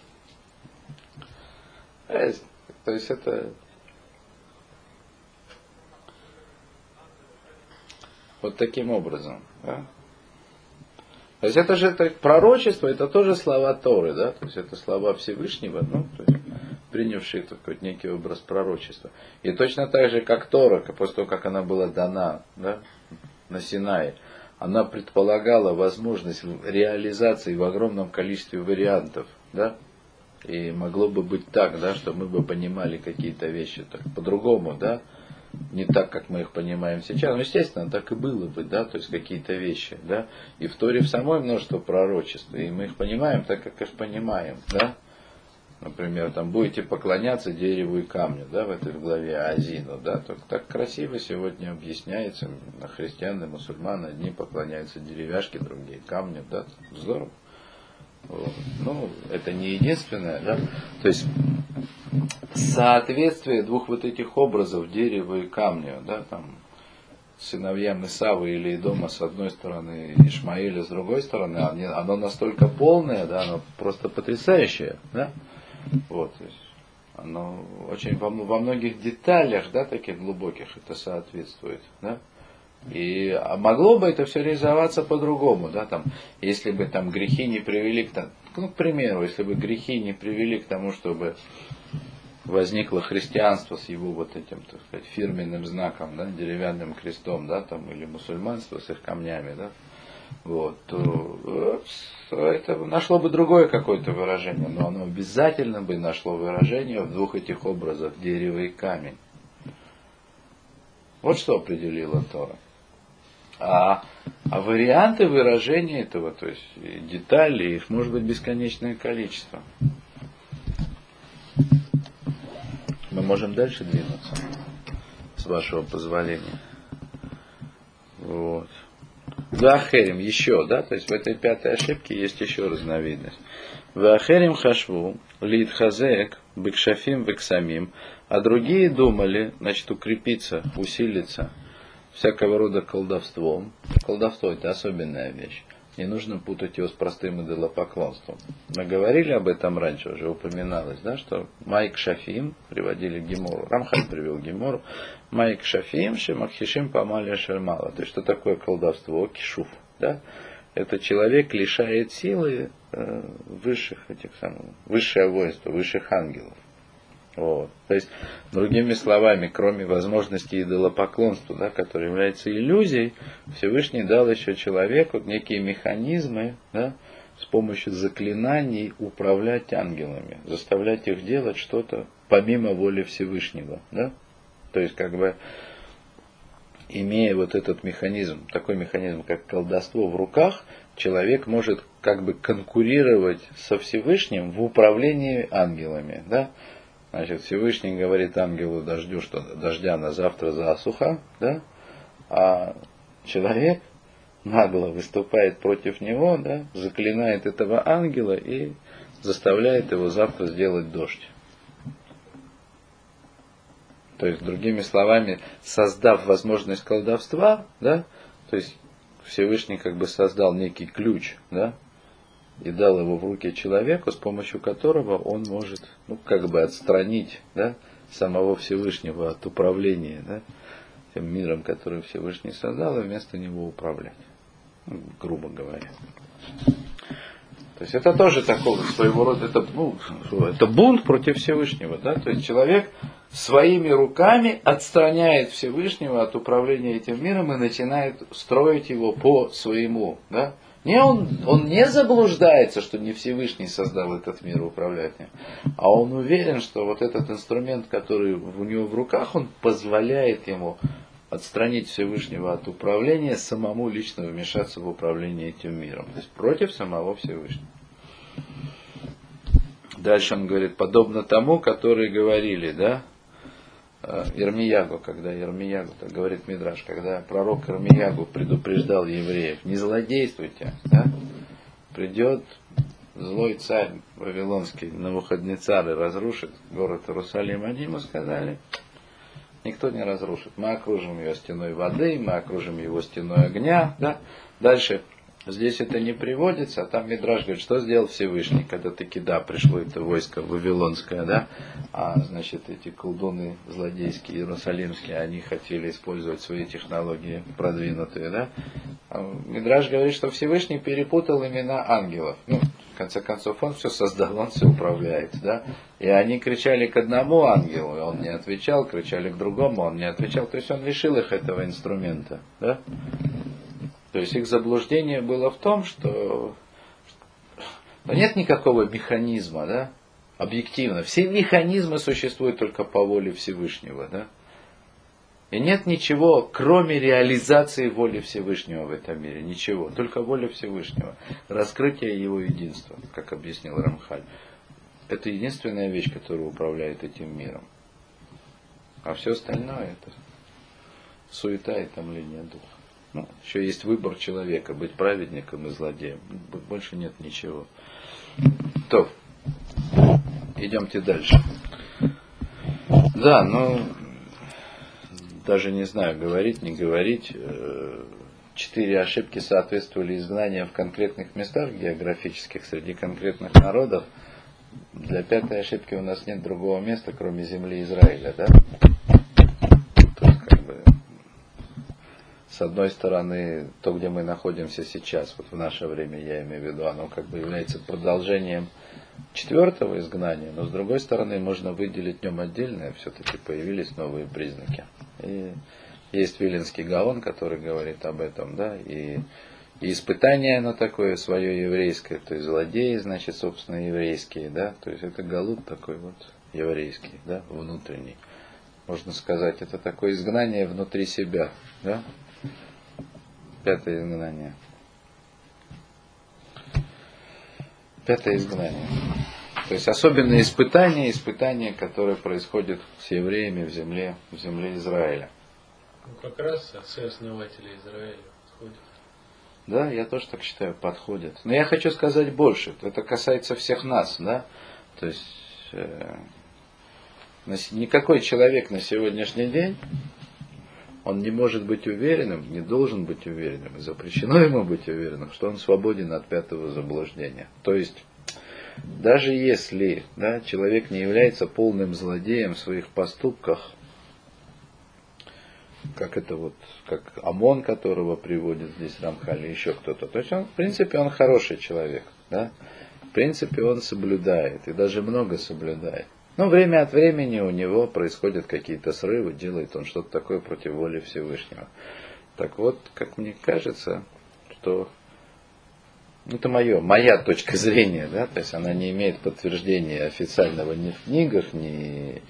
То есть это вот таким образом. Да? То есть это же это пророчество, это тоже слова Торы, да? То есть это слова Всевышнего, ну, то есть принявшие такой некий образ пророчества. И точно так же, как Тора, после того, как она была дана, да, на Синае, она предполагала возможность реализации в огромном количестве вариантов, да? И могло бы быть так, да, что мы бы понимали какие-то вещи так, по-другому, да? Не так, как мы их понимаем сейчас. Ну, естественно, так и было бы, да, то есть какие-то вещи, да. И в Торе в самой множество пророчеств, и мы их понимаем так, как их понимаем, да. Например, там будете поклоняться дереву и камню, да, в этой главе Азину, да, только так красиво сегодня объясняется, на христиан и мусульман одни поклоняются деревяшке, другие камню, да, здорово. Вот. Ну, это не единственное, да, то есть соответствие двух вот этих образов, дерева и камня, да, там, сыновьям Исавы или Идома с одной стороны, Ишмаэля с другой стороны, оно настолько полное, да, оно просто потрясающее, да. Вот, то есть оно очень во, во многих деталях, да, таких глубоких это соответствует, да. И а могло бы это все реализоваться по-другому, да, там, если бы там грехи не привели к тому, ну, к примеру, если бы грехи не привели к тому, чтобы возникло христианство с его вот этим, так сказать, фирменным знаком, да, деревянным крестом, да, там, или мусульманство с их камнями, да, вот, то это нашло бы другое какое-то выражение, но оно обязательно бы нашло выражение в двух этих образах, дерево и камень. Вот что определила Тора. А, а варианты выражения этого, то есть детали, их может быть бесконечное количество. Мы можем дальше двинуться, с вашего позволения. Вот. Ваахерим еще, да, то есть в этой пятой ошибке есть еще разновидность. Ваахерим хашву, лид хазек, бекшафим, вексамим, а другие думали, значит, укрепиться, усилиться всякого рода колдовством. Колдовство — это особенная вещь. Не нужно путать его с простым идолопоклонством. Мы говорили об этом раньше, уже упоминалось, да, что Майк Шафим, приводили Гемору, Рамхаль привел Гемору, Майк Шафим, Шемахишим Памалия Шермала. То есть, что такое колдовство? Кишуф, да? Это человек лишает силы э, высших этих самых, высшее воинство, высших ангелов. Вот. То есть, другими словами, кроме возможности идолопоклонства, да, которое является иллюзией, Всевышний дал еще человеку некие механизмы, да, с помощью заклинаний управлять ангелами, заставлять их делать что-то помимо воли Всевышнего. Да? То есть, как бы, имея вот этот механизм, такой механизм, как колдовство в руках, человек может как бы конкурировать со Всевышним в управлении ангелами. Да? Значит, Всевышний говорит ангелу дождю, что дождя на завтра засуха, да? А человек нагло выступает против него, да? Заклинает этого ангела и заставляет его завтра сделать дождь. То есть, другими словами, создав возможность колдовства, да? То есть Всевышний как бы создал некий ключ, да? И дал его в руки человеку, с помощью которого он может, ну, как бы отстранить, да, самого Всевышнего от управления, да, тем миром, который Всевышний создал, и вместо него управлять, ну, грубо говоря. То есть это тоже такого своего рода, это, ну, это бунт против Всевышнего, да, то есть человек своими руками отстраняет Всевышнего от управления этим миром и начинает строить его по своему, да. Не он, он не заблуждается, что не Всевышний создал этот мир и управляет ним, а он уверен, что вот этот инструмент, который у него в руках, он позволяет ему отстранить Всевышнего от управления, самому лично вмешаться в управление этим миром. То есть против самого Всевышнего. Дальше он говорит, подобно тому, которые говорили, да, Ирмиягу, когда Ирмиягу, так говорит Мидраш, когда пророк Ирмиягу предупреждал евреев, не злодействуйте, да? Придет злой царь вавилонский, Навуходнецар, и разрушит город Иерусалим. Они ему сказали, никто не разрушит, мы окружим его стеной воды, мы окружим его стеной огня, да? Дальше здесь это не приводится, а там Мидраш говорит, что сделал Всевышний, когда таки, да, пришло это войско вавилонское, да, а, значит, эти колдуны злодейские, иерусалимские, они хотели использовать свои технологии продвинутые, да. А Мидраш говорит, что Всевышний перепутал имена ангелов. Ну, в конце концов, он все создал, он все управляет, да. И они кричали к одному ангелу, и он не отвечал, кричали к другому, он не отвечал. То есть он лишил их этого инструмента, да. То есть их заблуждение было в том, что нет никакого механизма, да, объективно. Все механизмы существуют только по воле Всевышнего, да. И нет ничего, кроме реализации воли Всевышнего в этом мире. Ничего, только воля Всевышнего. Раскрытие его единства, как объяснил Рамхаль. Это единственная вещь, которая управляет этим миром. А все остальное это суета и томление духа. Ну, еще есть выбор человека, быть праведником и злодеем. Больше нет ничего. То, идемте дальше. Да, ну, даже не знаю, говорить, не говорить. Четыре ошибки соответствовали изгнанию в конкретных местах географических, среди конкретных народов. Для пятой ошибки у нас нет другого места, кроме земли Израиля, да? С одной стороны, то, где мы находимся сейчас, вот в наше время, я имею в виду, оно как бы является продолжением четвертого изгнания, но с другой стороны, можно выделить в нем отдельное, все-таки появились новые признаки. И есть Виленский Гаон, который говорит об этом, да, и, и испытание оно такое свое еврейское, то есть злодеи, значит, собственно, еврейские, да, то есть это галут такой вот еврейский, да, внутренний. можно сказать, это такое изгнание внутри себя, да? Пятое изгнание. Пятое изгнание. То есть особенное испытание, испытание, которое происходит с евреями в земле, в земле Израиля. Ну, как раз отцы-основатели Израиля подходят. Да, я тоже так считаю, подходят. Но я хочу сказать больше. Это касается всех нас, да? То есть э, никакой человек на сегодняшний день, он не может быть уверенным, не должен быть уверенным, и запрещено ему быть уверенным, что он свободен от пятого заблуждения. То есть, даже если, да, человек не является полным злодеем в своих поступках, как это вот, как Амон, которого приводит здесь Рамхаль, или еще кто-то, то есть он, в принципе, он хороший человек, да? В принципе, он соблюдает, и даже много соблюдает. Но время от времени у него происходят какие-то срывы, делает он что-то такое против воли Всевышнего. Так вот, как мне кажется, что это мое, моя точка зрения, да, то есть она не имеет подтверждения официального ни в книгах, ни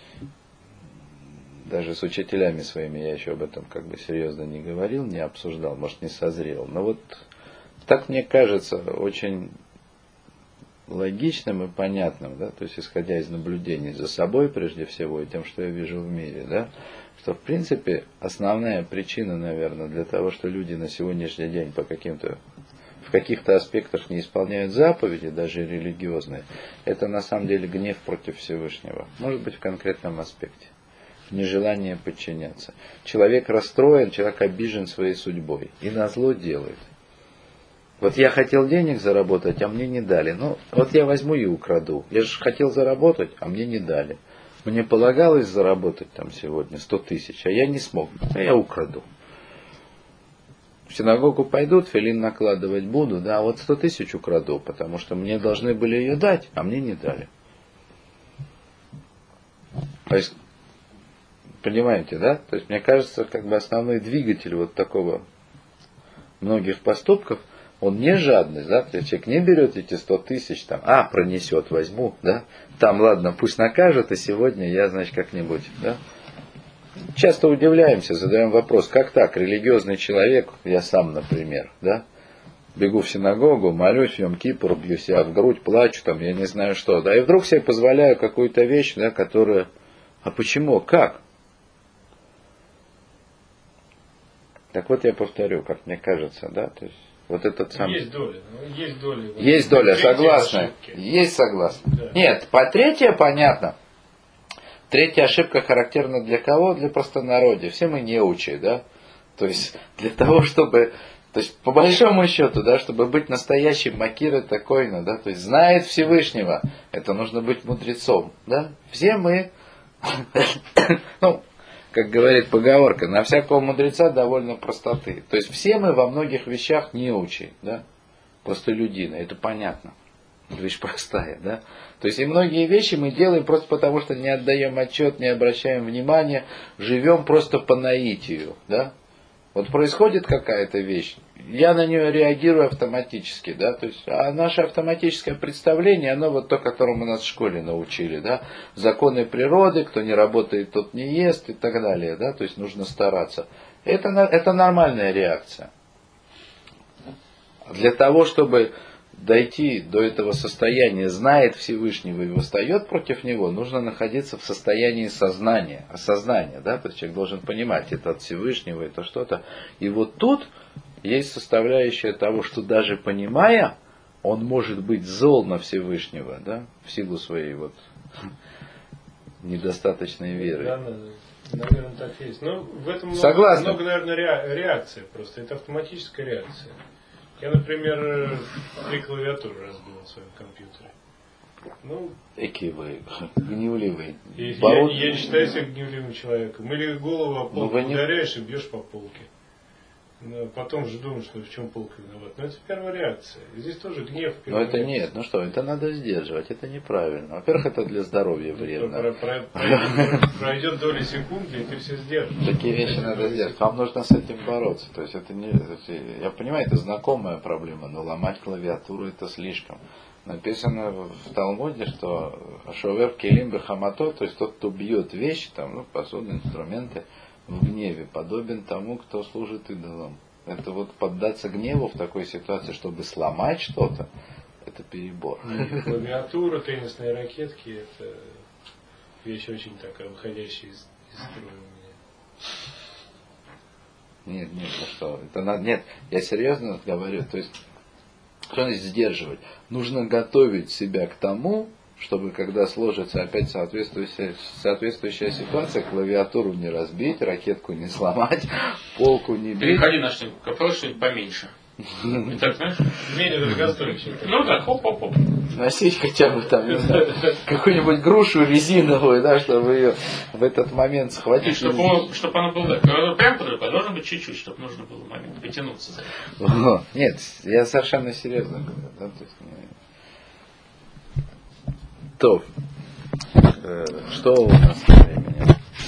даже с учителями своими я еще об этом как бы серьезно не говорил, не обсуждал, может не созрел. Но вот так мне кажется очень логичным и понятным, да, то есть исходя из наблюдений за собой прежде всего и тем, что я вижу в мире, да, что в принципе основная причина, наверное, для того, что люди на сегодняшний день по каким-то в каких-то аспектах не исполняют заповеди, даже религиозные, это на самом деле гнев против Всевышнего. Может быть в конкретном аспекте. Нежелание подчиняться. Человек расстроен, человек обижен своей судьбой и назло делает. Вот я хотел денег заработать, а мне не дали. Ну, вот я возьму и украду. Я же хотел заработать, а мне не дали. Мне полагалось заработать там сегодня сто тысяч, а я не смог. А я украду. В синагогу пойду, тфилин накладывать буду, да, а вот сто тысяч украду, потому что мне должны были ее дать, а мне не дали. То есть, понимаете, да? То есть, мне кажется, как бы основной двигатель вот такого многих поступков, он не жадность, да, то есть человек не берет эти сто тысяч, там, а, пронесет, возьму, да, там, ладно, пусть накажет, и сегодня я, значит, как-нибудь, да. Часто удивляемся, задаем вопрос, как так, религиозный человек, я сам, например, да, бегу в синагогу, молюсь, в Йом-Кипур, бью себя в грудь, плачу, там, я не знаю что, да, и вдруг себе позволяю какую-то вещь, да, которая, а почему, как? Так вот я повторю, как мне кажется, да, то есть, вот этот сам... Есть доля, ну, есть доля. Есть доля, согласна. Есть согласна. Да. Нет, по третье понятно. Третья ошибка характерна для кого? Для простонародья. Все мы неучи, да. То есть для того, чтобы, то есть по большому счету, да, чтобы быть настоящим макира такойно, да, то есть знает Всевышнего, это нужно быть мудрецом, да. Все мы, ну, как говорит поговорка, на всякого мудреца довольно простоты. То есть все мы во многих вещах неучи, да, простолюдины, это понятно. Вещь простая, да. То есть и многие вещи мы делаем просто потому, что не отдаем отчет, не обращаем внимания, живем просто по наитию, да. Вот происходит какая-то вещь, я на нее реагирую автоматически, да, то есть, а наше автоматическое представление, оно вот то, которому нас в школе научили, да, законы природы, кто не работает, тот не ест и так далее, да, то есть нужно стараться. Это, это нормальная реакция. Для того, чтобы дойти до этого состояния, знает Всевышнего и восстает против него, нужно находиться в состоянии сознания, осознания, да, то есть человек должен понимать, это от Всевышнего, это что-то. И вот тут есть составляющая того, что даже понимая, он может быть зол на Всевышнего, да, в силу своей вот недостаточной веры. Да, наверное, так и есть. Но в этом много, много, наверное, реакции просто. Это автоматическая реакция. Я, например, три клавиатуры разбил на своем компьютере. Ну, Эки вы, гневливый. Я, я не считаю себя гневливым человеком. Или голову о полку ну, ударяешь не... и бьешь по полке. Но потом же думаешь, что в чем полка виноват. Но это первая реакция. И здесь тоже гнев. Но это реакция. Нет, ну что, это надо сдерживать, это неправильно. Во-первых, это для здоровья вредно. Про, про, про, пройдет доля секунды, и ты все сдержишь. Такие вещи надо сдержать. Вам нужно с этим бороться. То есть это не, я понимаю, это знакомая проблема, но ломать клавиатуру это слишком. Написано в Талмуде, что Шовер Келим Бехамато, то есть тот, кто бьет вещи, там, ну, посуду, инструменты, в гневе, подобен тому, кто служит идолам. Это вот поддаться гневу в такой ситуации, чтобы сломать что-то, это перебор. Клавиатура, теннисные ракетки, это вещь очень такая, выходящая из, из строя у меня. Нет, нет, ну что, это надо, нет, я серьезно говорю, то есть, что значит сдерживать? Нужно готовить себя к тому, чтобы когда сложится опять соответствующая, соответствующая ситуация, клавиатуру не разбить, ракетку не сломать, полку не бить. Переходи на что-нибудь, копалось что-нибудь поменьше. И так, знаешь? Менее дорогостоящее. Ну так, хоп-хоп-хоп. Носить хотя бы там, не знаю, какую-нибудь грушу резиновую, да, чтобы ее в этот момент схватить. Чтобы, чтобы она была, да, прям под рукой, должно быть чуть-чуть, чтобы нужно было момент потянуться за это. Нет, я совершенно серьезно говорю, да, то есть, то, э, что у нас по времени?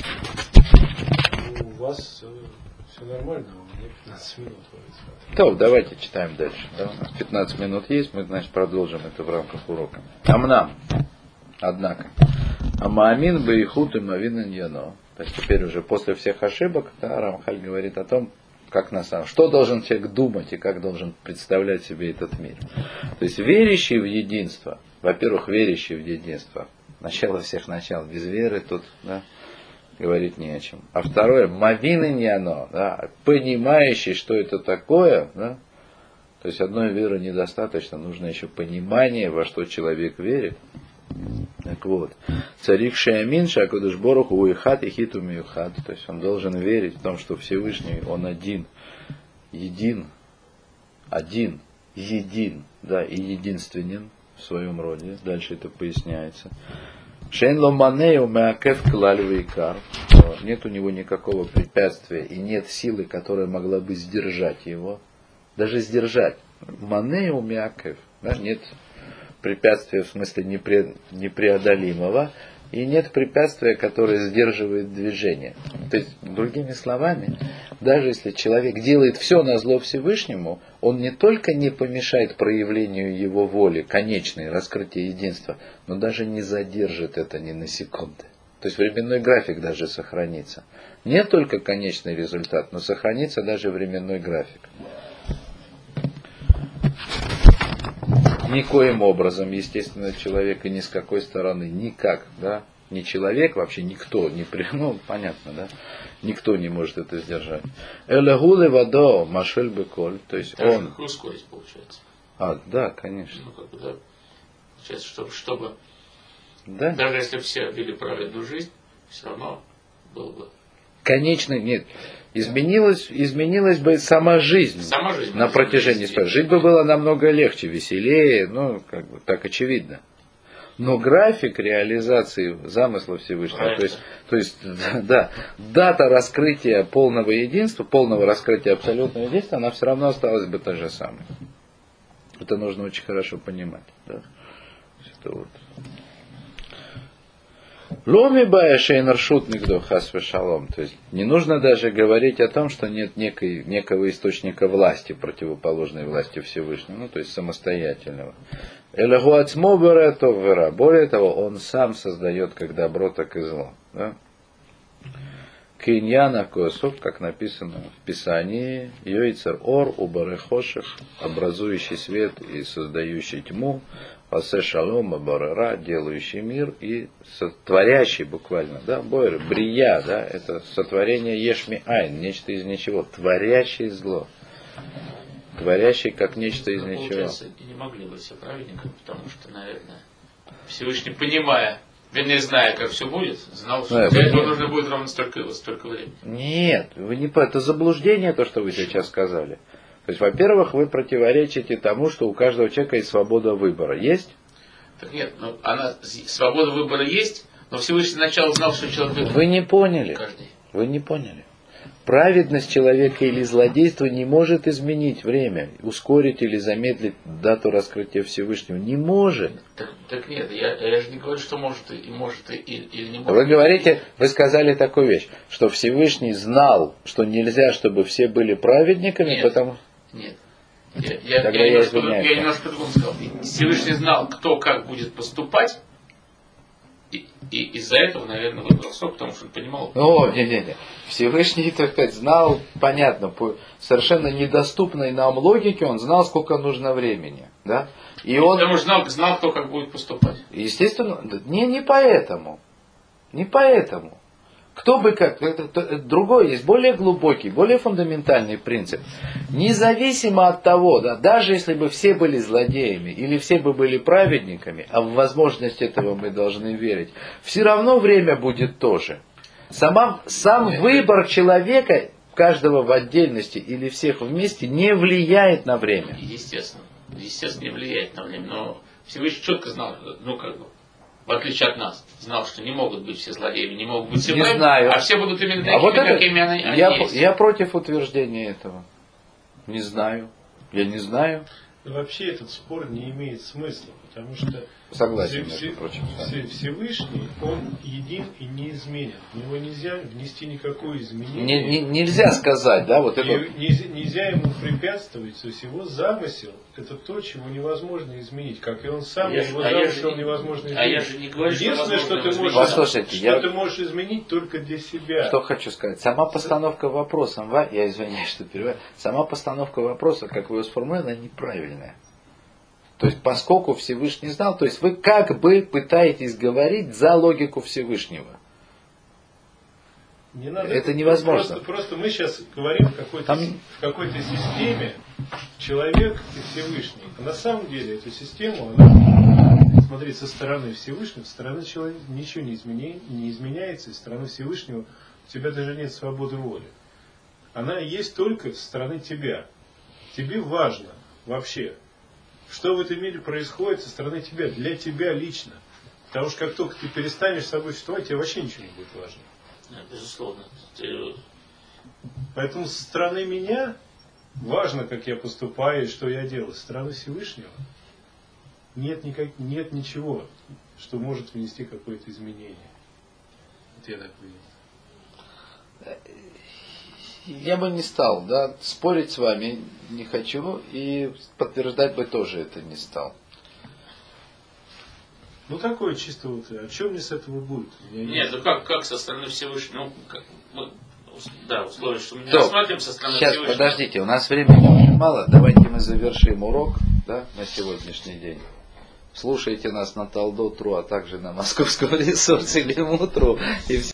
У вас все нормально, у меня пятнадцать минут. То, давайте читаем дальше. Да? У нас пятнадцать минут есть, мы, значит, продолжим это в рамках урока. Амнам. Однако. Амаамин баихут и мавин иньяно. То есть теперь уже после всех ошибок, да, Рамхаль говорит о том, как на самом, что должен человек думать и как должен представлять себе этот мир. То есть верящий в единство, во-первых, верящий в единство, начало всех начал, без веры тут, да, говорить не о чем. А второе, мавины не оно, да, понимающий, что это такое, да, то есть одной веры недостаточно, нужно еще понимание, во что человек верит. Так вот, царик Шеямин, Шакудыш Борух, Уихат и Хиту Миюхат, то есть он должен верить в том, что Всевышний, он один, един, один, един, да, и единственен в своем роде, дальше это поясняется. Шейн ломанею меакев клаль вейкар. Нет у него никакого препятствия и нет силы, которая могла бы сдержать его. Даже сдержать. Манею меакев. Да, нет препятствия в смысле непре, непреодолимого. И нет препятствия, которое сдерживает движение. То есть, другими словами, даже если человек делает все на зло Всевышнему, он не только не помешает проявлению его воли, конечной, раскрытия единства, но даже не задержит это ни на секунды. То есть временной график даже сохранится. Не только конечный результат, но сохранится даже временной график. Никоим образом, естественно, человека ни с какой стороны, никак, да, не человек, вообще никто, не при, ну, понятно, да, никто не может это сдержать. Элегуле вадо машель беколь, то есть даже он... ускорить получается. А, да, конечно. Ну, как бы, да, получается, чтобы, чтобы да? Даже если все вели праведную жизнь, все равно было бы... Конечно, нет. Изменилась, изменилась бы сама жизнь, сама жизнь на протяжении своей. Жить бы было намного легче, веселее, ну, как бы так очевидно. Но график реализации замысла Всевышнего, то есть, то есть да, дата раскрытия полного единства, полного раскрытия абсолютного единства, она все равно осталась бы та же самая. Это нужно очень хорошо понимать. Да? Это вот. Ломи бая шейнаршут мигдо хасве шалом. То есть не нужно даже говорить о том, что нет некой, некого источника власти, противоположной власти Всевышнего, ну то есть самостоятельного. Элегуацмо берето вера. Более того, он сам создает как добро, так и зло. Да? Киньяна косов, как написано в Писании, йойцер ор убарехоших, образующий свет и создающий тьму, пасе шалом абарера, делающий мир и сотворящий буквально, да, бойр, брия, да, это сотворение ешми айн, нечто из ничего, творящий зло, творящий как нечто из ничего. Получается, не могли быть все праведниками, потому что, наверное, Всевышний, понимая, вернее, зная, как все будет, знал, что для этого нужно будет ровно столько, столько времени. Нет, вы не, это заблуждение, то, что вы сейчас сказали. То есть, во-первых, вы противоречите тому, что у каждого человека есть свобода выбора. Есть? Так нет, ну, она, свобода выбора есть, но Всевышний сначала знал, что человек выберет. Вы не поняли. Каждый. Вы не поняли. Праведность человека или злодейство не может изменить время, ускорить или замедлить дату раскрытия Всевышнего. Не может. Так, так нет, я, я же не говорю, что может и может и, или не может. Вы говорите, вы сказали такую вещь, что Всевышний знал, что нельзя, чтобы все были праведниками, нет, потому... Нет. Я, я, Тогда я, я немножко, извиняюсь. я немножко по-другому сказал. Всевышний знал, кто как будет поступать, и, и из-за этого, наверное, выбрал срок, потому что он понимал. О, не-не-не. Всевышний, так сказать, знал, понятно, по совершенно недоступной нам логике, он знал, сколько нужно времени. Да? И он... Потому что знал, знал, кто как будет поступать. Естественно, не, не поэтому. Не поэтому. Кто бы как, это, это, другой есть, более глубокий, более фундаментальный принцип. Независимо от того, да, даже если бы все были злодеями или все бы были праведниками, а в возможность этого мы должны верить, все равно время будет то же. Сама, сам Нет. выбор человека, каждого в отдельности или всех вместе, не влияет на время. Естественно. Естественно, не влияет на время. Но Всевышний четко знал, ну как бы, в отличие от нас, знал, что не могут быть все злодеями, не могут быть все не знаю. а все будут именно такими, а вот это, какими они, они я, есть. Я против утверждения этого. Не знаю. Я не знаю. Вообще этот спор не имеет смысла, потому что Согласен, все, между прочим, все, Всевышний, он един и неизменен. В него нельзя внести никакое изменение. Не, не, нельзя сказать, да, вот это. Нельзя, нельзя ему препятствовать, то есть его замысел это то, чего невозможно изменить, как и он сам, я его ж, замысел а невозможно изменить. А я же не говорю, Единственное, что, что ты можешь, Послушайте, что я... ты можешь изменить только для себя. Что хочу сказать. Сама постановка вопроса, я извиняюсь, что перебиваю, сама постановка вопроса, как вы его сформулировали, она неправильная. То есть, поскольку Всевышний знал, то есть вы как бы пытаетесь говорить за логику Всевышнего. Не надо, это невозможно. Просто, просто мы сейчас говорим в какой-то, Там... в какой-то системе человек и Всевышний. А на самом деле эту систему, она, смотреть со стороны Всевышнего, со стороны человека ничего не, изменя, не изменяется, и со стороны Всевышнего у тебя даже нет свободы воли. Она есть только со стороны тебя. Тебе важно вообще, что в этом мире происходит со стороны тебя, для тебя лично. Потому что как только ты перестанешь с собой существовать, тебе вообще ничего не будет важно. Безусловно. Поэтому со стороны меня важно, как я поступаю и что я делаю. Со стороны Всевышнего нет, никак, нет ничего, что может внести какое-то изменение. Вот я так понимаю. Я бы не стал, да, спорить с вами не хочу, и подтверждать бы тоже это не стал. Ну такое чисто вот, о чем мне с этого будет? Нет, ну как, как со стороны Всевышнего, ну, как, мы, да, условие, что мы не рассматриваем со стороны Сейчас, Всевышнего. Подождите, у нас времени очень мало, давайте мы завершим урок, да, на сегодняшний день. Слушайте нас на Талдот.ру, а также на московском ресурсе Лимут.ру. И